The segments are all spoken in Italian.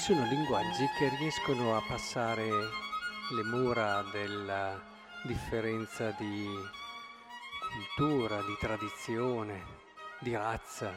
sono linguaggi che riescono a passare le mura della differenza di cultura, di tradizione, di razza.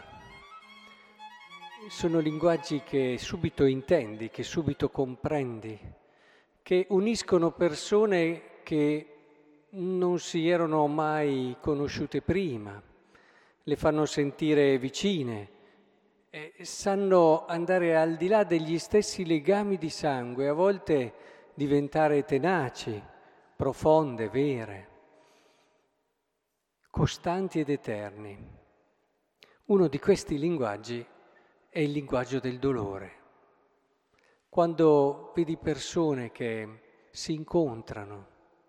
Sono linguaggi che subito intendi, che subito comprendi, che uniscono persone che non si erano mai conosciute prima, le fanno sentire vicine, sanno andare al di là degli stessi legami di sangue, a volte diventare tenaci, profonde, vere, costanti ed eterni. Uno di questi linguaggi è il linguaggio del dolore. Quando vedi persone che si incontrano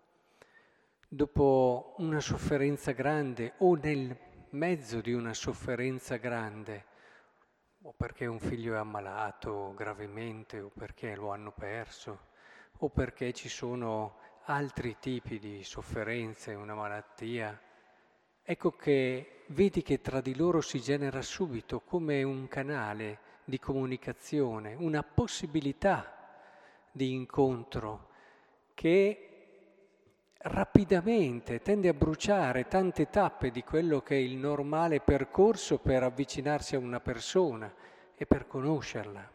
dopo una sofferenza grande o nel mezzo di una sofferenza grande, o perché un figlio è ammalato gravemente, o perché lo hanno perso, o perché ci sono altri tipi di sofferenze, una malattia, ecco che vedi che tra di loro si genera subito come un canale di comunicazione, una possibilità di incontro che rapidamente tende a bruciare tante tappe di quello che è il normale percorso per avvicinarsi a una persona e per conoscerla.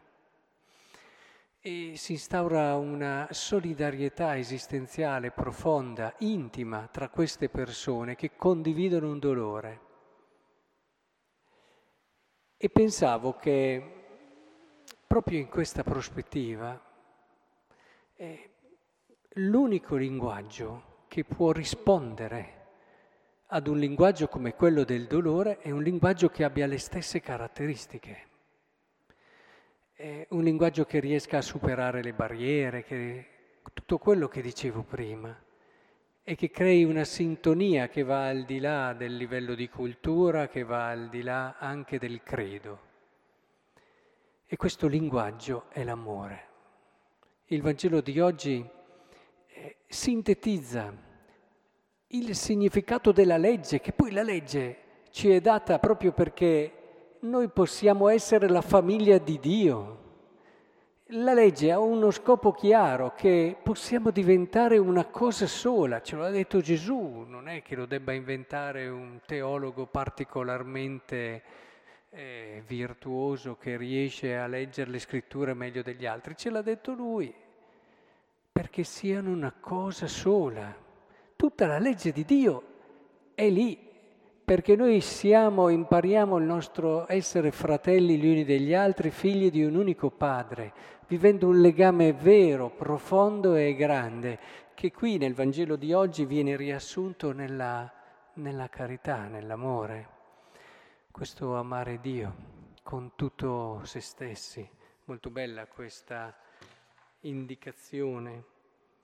E si instaura una solidarietà esistenziale profonda, intima tra queste persone che condividono un dolore. E pensavo che proprio in questa prospettiva l'unico linguaggio che può rispondere ad un linguaggio come quello del dolore è un linguaggio che abbia le stesse caratteristiche. È un linguaggio che riesca a superare le barriere, tutto quello che dicevo prima, e che crei una sintonia che va al di là del livello di cultura, che va al di là anche del credo. E questo linguaggio è l'amore. Il Vangelo di oggi sintetizza il significato della legge, che poi la legge ci è data proprio perché noi possiamo essere la famiglia di Dio. La legge ha uno scopo chiaro, che possiamo diventare una cosa sola, ce l'ha detto Gesù, non è che lo debba inventare un teologo particolarmente virtuoso che riesce a leggere le scritture meglio degli altri, ce l'ha detto Lui, perché siano una cosa sola. Tutta la legge di Dio è lì, perché noi impariamo il nostro essere fratelli gli uni degli altri, figli di un unico Padre, vivendo un legame vero, profondo e grande, che qui nel Vangelo di oggi viene riassunto nella carità, nell'amore. Questo amare Dio con tutto se stessi. Molto bella questa indicazione.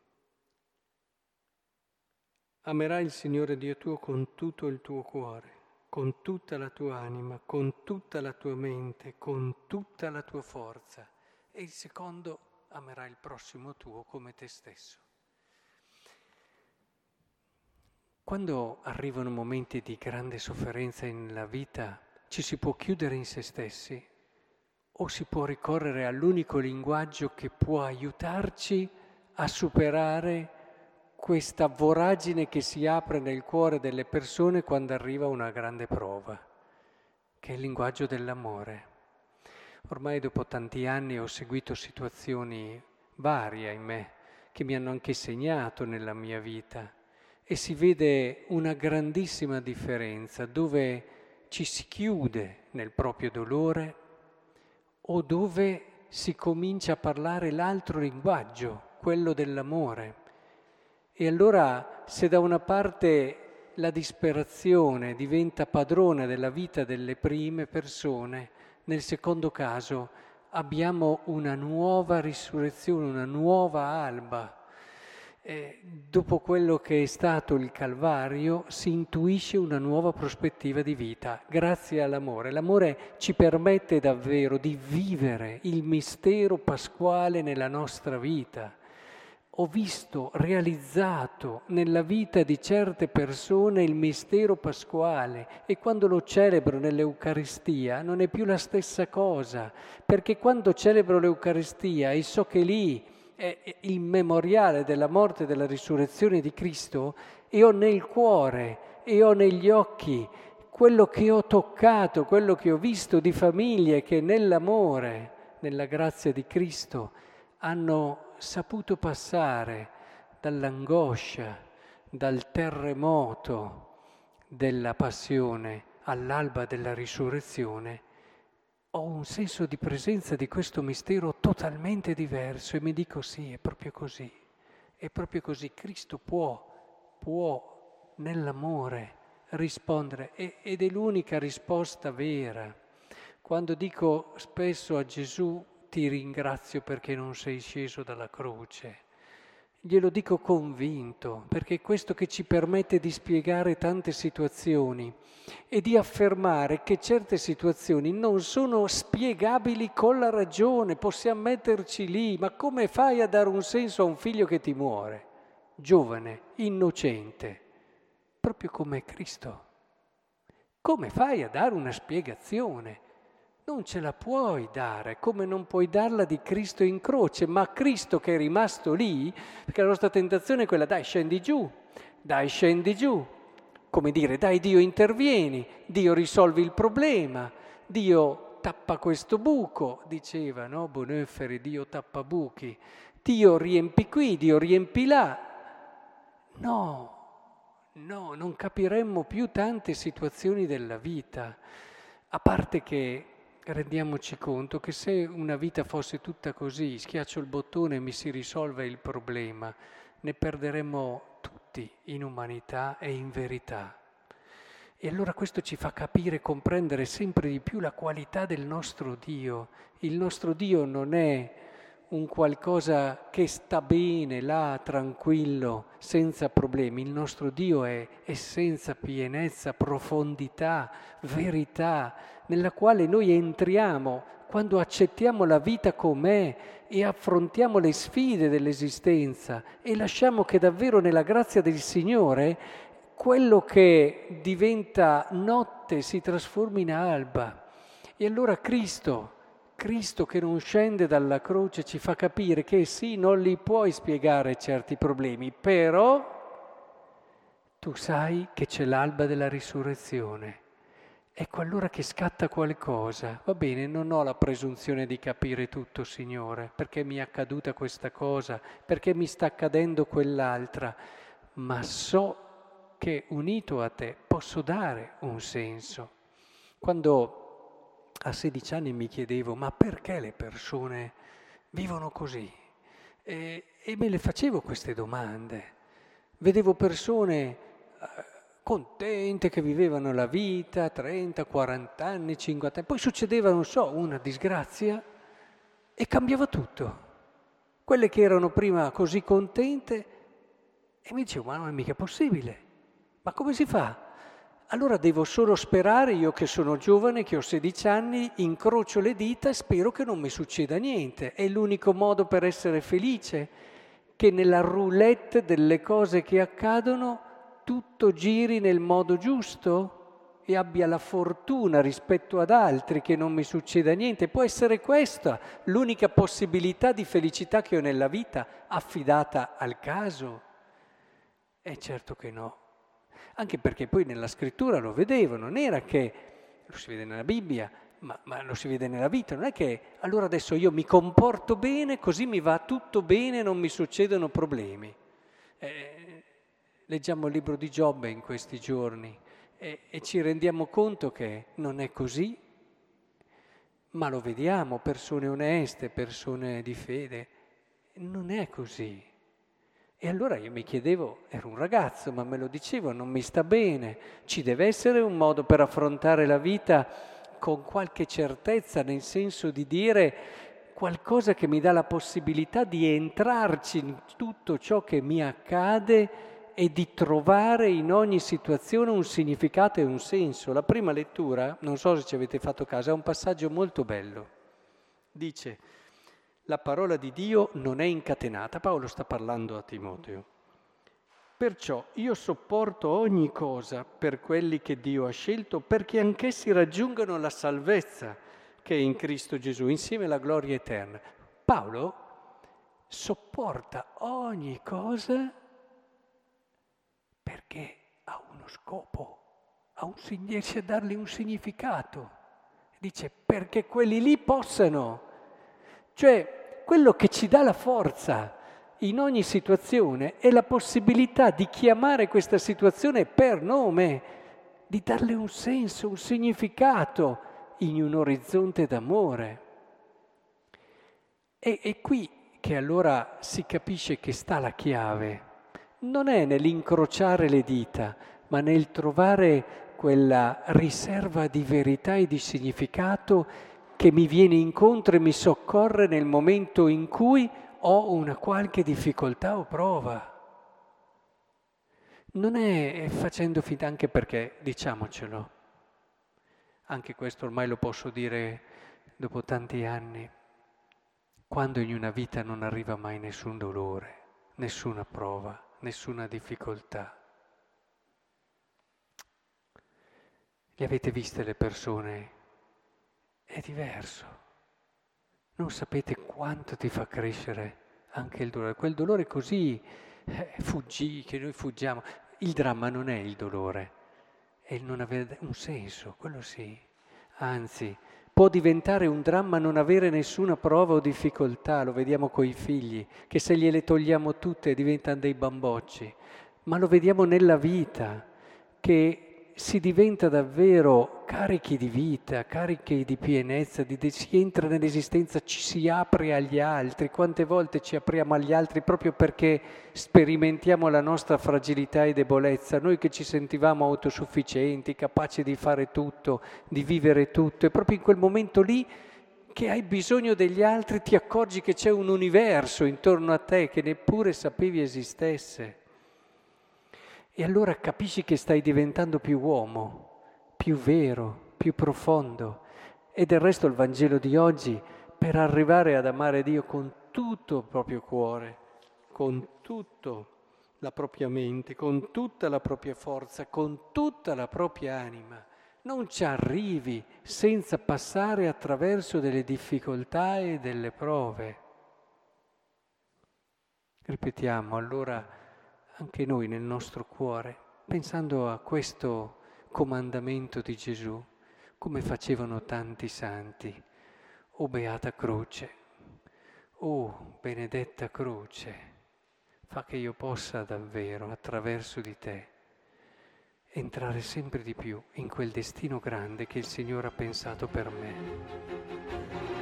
Amerai il Signore Dio tuo con tutto il tuo cuore, con tutta la tua anima, con tutta la tua mente, con tutta la tua forza. E il secondo, amerai il prossimo tuo come te stesso. Quando arrivano momenti di grande sofferenza nella vita, ci si può chiudere in se stessi o si può ricorrere all'unico linguaggio che può aiutarci a superare questa voragine che si apre nel cuore delle persone quando arriva una grande prova, che è il linguaggio dell'amore. Ormai dopo tanti anni ho seguito situazioni varie, ahimè, che mi hanno anche segnato nella mia vita e si vede una grandissima differenza dove ci si chiude nel proprio dolore o dove si comincia a parlare l'altro linguaggio, quello dell'amore. E allora se da una parte la disperazione diventa padrona della vita delle prime persone, nel secondo caso abbiamo una nuova risurrezione, una nuova alba. Dopo quello che è stato il Calvario si intuisce una nuova prospettiva di vita, grazie all'amore. L'amore ci permette davvero di vivere il mistero pasquale nella nostra vita. ho visto realizzato nella vita di certe persone il mistero pasquale e quando lo celebro nell'Eucaristia non è più la stessa cosa, perché quando celebro l'Eucaristia e so che lì è il memoriale della morte e della risurrezione di Cristo e ho nel cuore e ho negli occhi quello che ho toccato, quello che ho visto di famiglie che nell'amore, nella grazia di Cristo hanno saputo passare dall'angoscia, dal terremoto della passione all'alba della risurrezione, ho un senso di presenza di questo mistero totalmente diverso e mi dico sì, è proprio così, è proprio così. Cristo può nell'amore rispondere ed è l'unica risposta vera. Quando dico spesso a Gesù ti ringrazio perché non sei sceso dalla croce, glielo dico convinto, perché è questo che ci permette di spiegare tante situazioni e di affermare che certe situazioni non sono spiegabili con la ragione, possiamo metterci lì, ma come fai a dare un senso a un figlio che ti muore, giovane, innocente, proprio come Cristo? Come fai a dare una spiegazione? Non ce la puoi dare, come non puoi darla di Cristo in croce, ma Cristo che è rimasto lì, perché la nostra tentazione è quella, dai scendi giù, come dire, dai Dio intervieni, Dio risolvi il problema, Dio tappa questo buco, diceva, no? Bonhoeffer, Dio tappa buchi, Dio riempi qui, Dio riempi là. No, non capiremmo più tante situazioni della vita, a parte che rendiamoci conto che se una vita fosse tutta così, schiaccio il bottone e mi si risolve il problema, ne perderemmo tutti in umanità e in verità. E allora questo ci fa capire e comprendere sempre di più la qualità del nostro Dio. Il nostro Dio non è un qualcosa che sta bene là, tranquillo, senza problemi. Il nostro Dio è essenza, pienezza, profondità, verità, nella quale noi entriamo quando accettiamo la vita com'è e affrontiamo le sfide dell'esistenza e lasciamo che davvero nella grazia del Signore quello che diventa notte si trasformi in alba. E allora Cristo che non scende dalla croce ci fa capire che sì, non li puoi spiegare certi problemi, però tu sai che c'è l'alba della risurrezione. Ecco allora che scatta qualcosa. Va bene, non ho la presunzione di capire tutto, Signore, perché mi è accaduta questa cosa, perché mi sta accadendo quell'altra, ma so che unito a te posso dare un senso. Quando a 16 anni mi chiedevo, ma perché le persone vivono così? E me le facevo queste domande. Vedevo persone contente che vivevano la vita, 30, 40 anni, 50 anni. Poi succedeva, non so, una disgrazia e cambiava tutto. Quelle che erano prima così contente e mi dicevo, ma non è mica possibile. Ma come si fa? Allora devo solo sperare, io che sono giovane, che ho 16 anni, incrocio le dita e spero che non mi succeda niente. È l'unico modo per essere felice, che nella roulette delle cose che accadono tutto giri nel modo giusto e abbia la fortuna rispetto ad altri che non mi succeda niente. Può essere questa l'unica possibilità di felicità che ho nella vita, affidata al caso? Certo che no. Anche perché poi nella scrittura lo vedevo, non era che, lo si vede nella Bibbia, ma lo si vede nella vita, non è che allora adesso io mi comporto bene, così mi va tutto bene, non mi succedono problemi. Leggiamo il libro di Giobbe in questi giorni e ci rendiamo conto che non è così, ma lo vediamo, persone oneste, persone di fede, non è così. E allora io mi chiedevo, ero un ragazzo, ma me lo dicevo, non mi sta bene, ci deve essere un modo per affrontare la vita con qualche certezza, nel senso di dire qualcosa che mi dà la possibilità di entrarci in tutto ciò che mi accade e di trovare in ogni situazione un significato e un senso. La prima lettura, non so se ci avete fatto caso, è un passaggio molto bello. Dice: La parola di Dio non è incatenata. Paolo sta parlando a Timoteo. Perciò io sopporto ogni cosa per quelli che Dio ha scelto, perché anch'essi raggiungano la salvezza che è in Cristo Gesù, insieme alla gloria eterna. Paolo sopporta ogni cosa perché ha uno scopo, riesce a dargli un significato. Dice perché quelli lì possano. Cioè quello che ci dà la forza in ogni situazione è la possibilità di chiamare questa situazione per nome, di darle un senso, un significato in un orizzonte d'amore. È qui che allora si capisce che sta la chiave. Non è nell'incrociare le dita, ma nel trovare quella riserva di verità e di significato che mi viene incontro e mi soccorre nel momento in cui ho una qualche difficoltà o prova. Non è facendo finta, anche perché, diciamocelo, anche questo ormai lo posso dire dopo tanti anni, quando in una vita non arriva mai nessun dolore, nessuna prova, nessuna difficoltà. Le avete viste le persone? È diverso. Non sapete quanto ti fa crescere anche il dolore. Quel dolore così che noi fuggiamo. Il dramma non è il dolore, è il non avere un senso, quello sì. Anzi, può diventare un dramma non avere nessuna prova o difficoltà, lo vediamo coi figli, che se gliele togliamo tutte diventano dei bambocci, ma lo vediamo nella vita, che si diventa davvero carichi di vita, carichi di pienezza, si entra nell'esistenza, ci si apre agli altri. Quante volte ci apriamo agli altri proprio perché sperimentiamo la nostra fragilità e debolezza, noi che ci sentivamo autosufficienti, capaci di fare tutto, di vivere tutto, e proprio in quel momento lì che hai bisogno degli altri ti accorgi che c'è un universo intorno a te che neppure sapevi esistesse. E allora capisci che stai diventando più uomo, più vero, più profondo. E del resto il Vangelo di oggi, per arrivare ad amare Dio con tutto il proprio cuore, con tutta la propria mente, con tutta la propria forza, con tutta la propria anima, non ci arrivi senza passare attraverso delle difficoltà e delle prove. Ripetiamo allora anche noi nel nostro cuore, pensando a questo comandamento di Gesù, come facevano tanti santi. O beata croce, o benedetta croce, fa che io possa davvero, attraverso di te, entrare sempre di più in quel destino grande che il Signore ha pensato per me.